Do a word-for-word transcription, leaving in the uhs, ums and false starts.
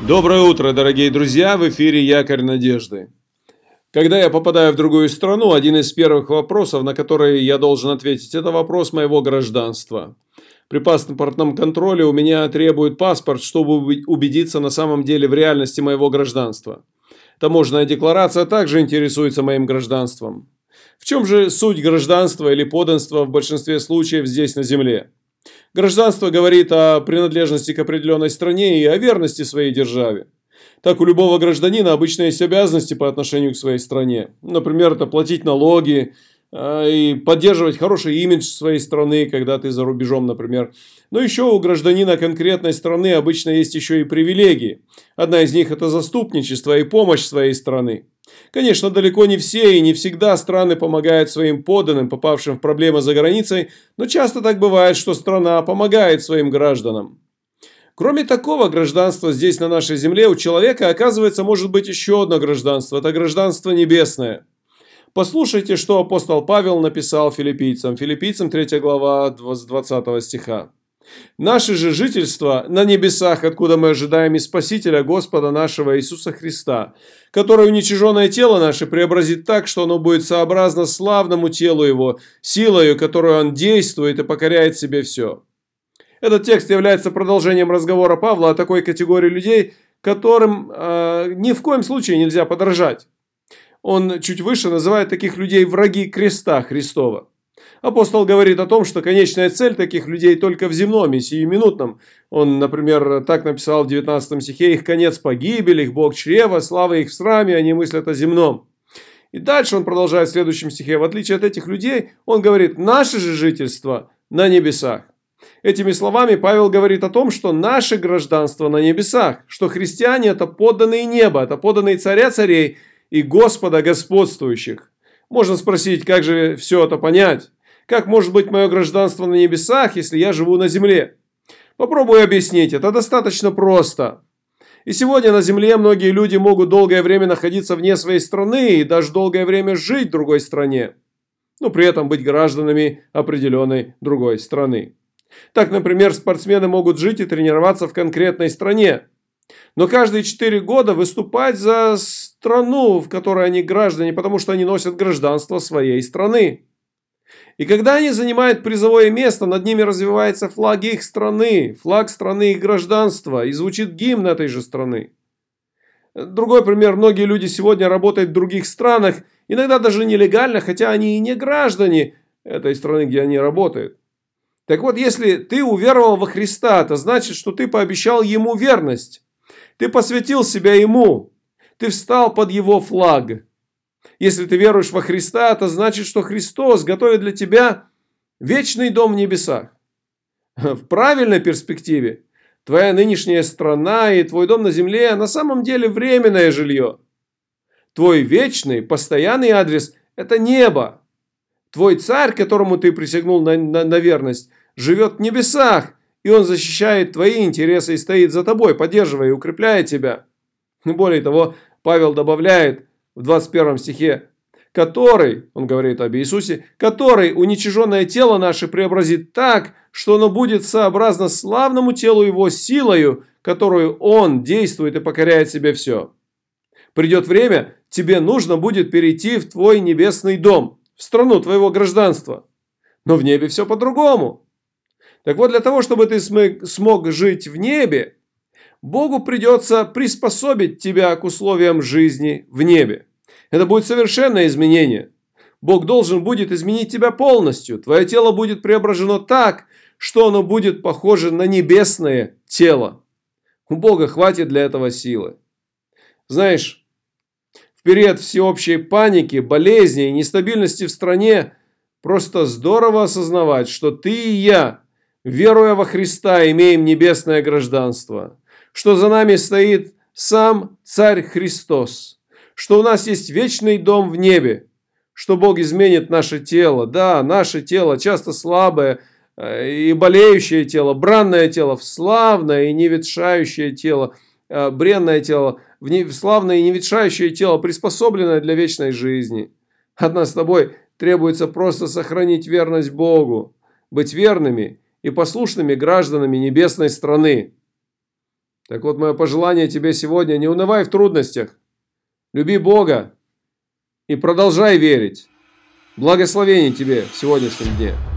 Доброе утро, дорогие друзья! В эфире «Якорь надежды». Когда я попадаю в другую страну, один из первых вопросов, на которые я должен ответить, это вопрос моего гражданства. При паспортном контроле у меня требуют паспорт, чтобы убедиться на самом деле в реальности моего гражданства. Таможенная декларация также интересуется моим гражданством. В чем же суть гражданства или подданства в большинстве случаев здесь на земле? Гражданство говорит о принадлежности к определенной стране и о верности своей державе. Так у любого гражданина обычно есть обязанности по отношению к своей стране. Например, это платить налоги и поддерживать хороший имидж своей страны, когда ты за рубежом, например. Но еще у гражданина конкретной страны обычно есть еще и привилегии. Одна из них – это заступничество и помощь своей страны. Конечно, далеко не все и не всегда страны помогают своим подданным, попавшим в проблемы за границей, но часто так бывает, что страна помогает своим гражданам. Кроме такого гражданства здесь на нашей земле у человека, оказывается, может быть еще одно гражданство. Это гражданство небесное. Послушайте, что апостол Павел написал филиппийцам. Филиппийцам третья глава с двадцатого стиха. «Наше же жительство на небесах, откуда мы ожидаем и Спасителя Господа нашего Иисуса Христа, который уничиженное тело наше преобразит так, что оно будет сообразно славному телу Его, силою, которую Он действует и покоряет себе все». Этот текст является продолжением разговора Павла о такой категории людей, которым э, ни в коем случае нельзя подражать. Он чуть выше называет таких людей враги креста Христова. Апостол говорит о том, что конечная цель таких людей только в земном и сиюминутном. Он, например, так написал в девятнадцатом стихе: «Их конец погибель, их Бог чрева, слава их в сраме, они мыслят о земном». И дальше он продолжает в следующем стихе. В отличие от этих людей, он говорит: «Наше же жительство на небесах». Этими словами Павел говорит о том, что наше гражданство на небесах, что христиане – это подданные неба, это подданные царя царей и Господа господствующих. Можно спросить, как же все это понять? Как может быть мое гражданство на небесах, если я живу на земле? Попробую объяснить. Это достаточно просто. И сегодня на земле многие люди могут долгое время находиться вне своей страны и даже долгое время жить в другой стране, но при этом быть гражданами определенной другой страны. Так, например, спортсмены могут жить и тренироваться в конкретной стране, но каждые четыре года выступать за страну, в которой они граждане, потому что они носят гражданство своей страны. И когда они занимают призовое место, над ними развивается флаг их страны, флаг страны их гражданства, и звучит гимн этой же страны. Другой пример. Многие люди сегодня работают в других странах, иногда даже нелегально, хотя они и не граждане этой страны, где они работают. Так вот, если ты уверовал во Христа, это значит, что ты пообещал Ему верность. Ты посвятил себя Ему. Ты встал под Его флаг. Если ты веруешь во Христа, это значит, что Христос готовит для тебя вечный дом в небесах. В правильной перспективе твоя нынешняя страна и твой дом на земле на самом деле временное жилье. Твой вечный, постоянный адрес – это небо. Твой царь, которому ты присягнул на, на, на верность, живет в небесах, и он защищает твои интересы и стоит за тобой, поддерживая и укрепляя тебя. Более того, Павел добавляет в двадцать первом стихе, который, он говорит об Иисусе, который уничиженное тело наше преобразит так, что оно будет сообразно славному телу Его силою, которую Он действует и покоряет себе все. Придет время, тебе нужно будет перейти в твой небесный дом, в страну твоего гражданства. Но в небе все по-другому. Так вот, для того, чтобы ты смог жить в небе, Богу придется приспособить тебя к условиям жизни в небе. Это будет совершенное изменение. Бог должен будет изменить тебя полностью. Твое тело будет преображено так, что оно будет похоже на небесное тело. У Бога хватит для этого силы. Знаешь, в период всеобщей паники, болезней и нестабильности в стране просто здорово осознавать, что ты и я, веруя во Христа, имеем небесное гражданство. Что за нами стоит сам Царь Христос, что у нас есть вечный дом в небе, что Бог изменит наше тело, да, наше тело часто слабое и болеющее тело, бранное тело, в славное и неветшающее тело, бренное тело, в славное и неветшающее тело, приспособленное для вечной жизни. От нас с тобой требуется просто сохранить верность Богу, быть верными и послушными гражданами небесной страны. Так вот, мое пожелание тебе сегодня: не унывай в трудностях, люби Бога и продолжай верить. Благословений тебе в сегодняшнем дне.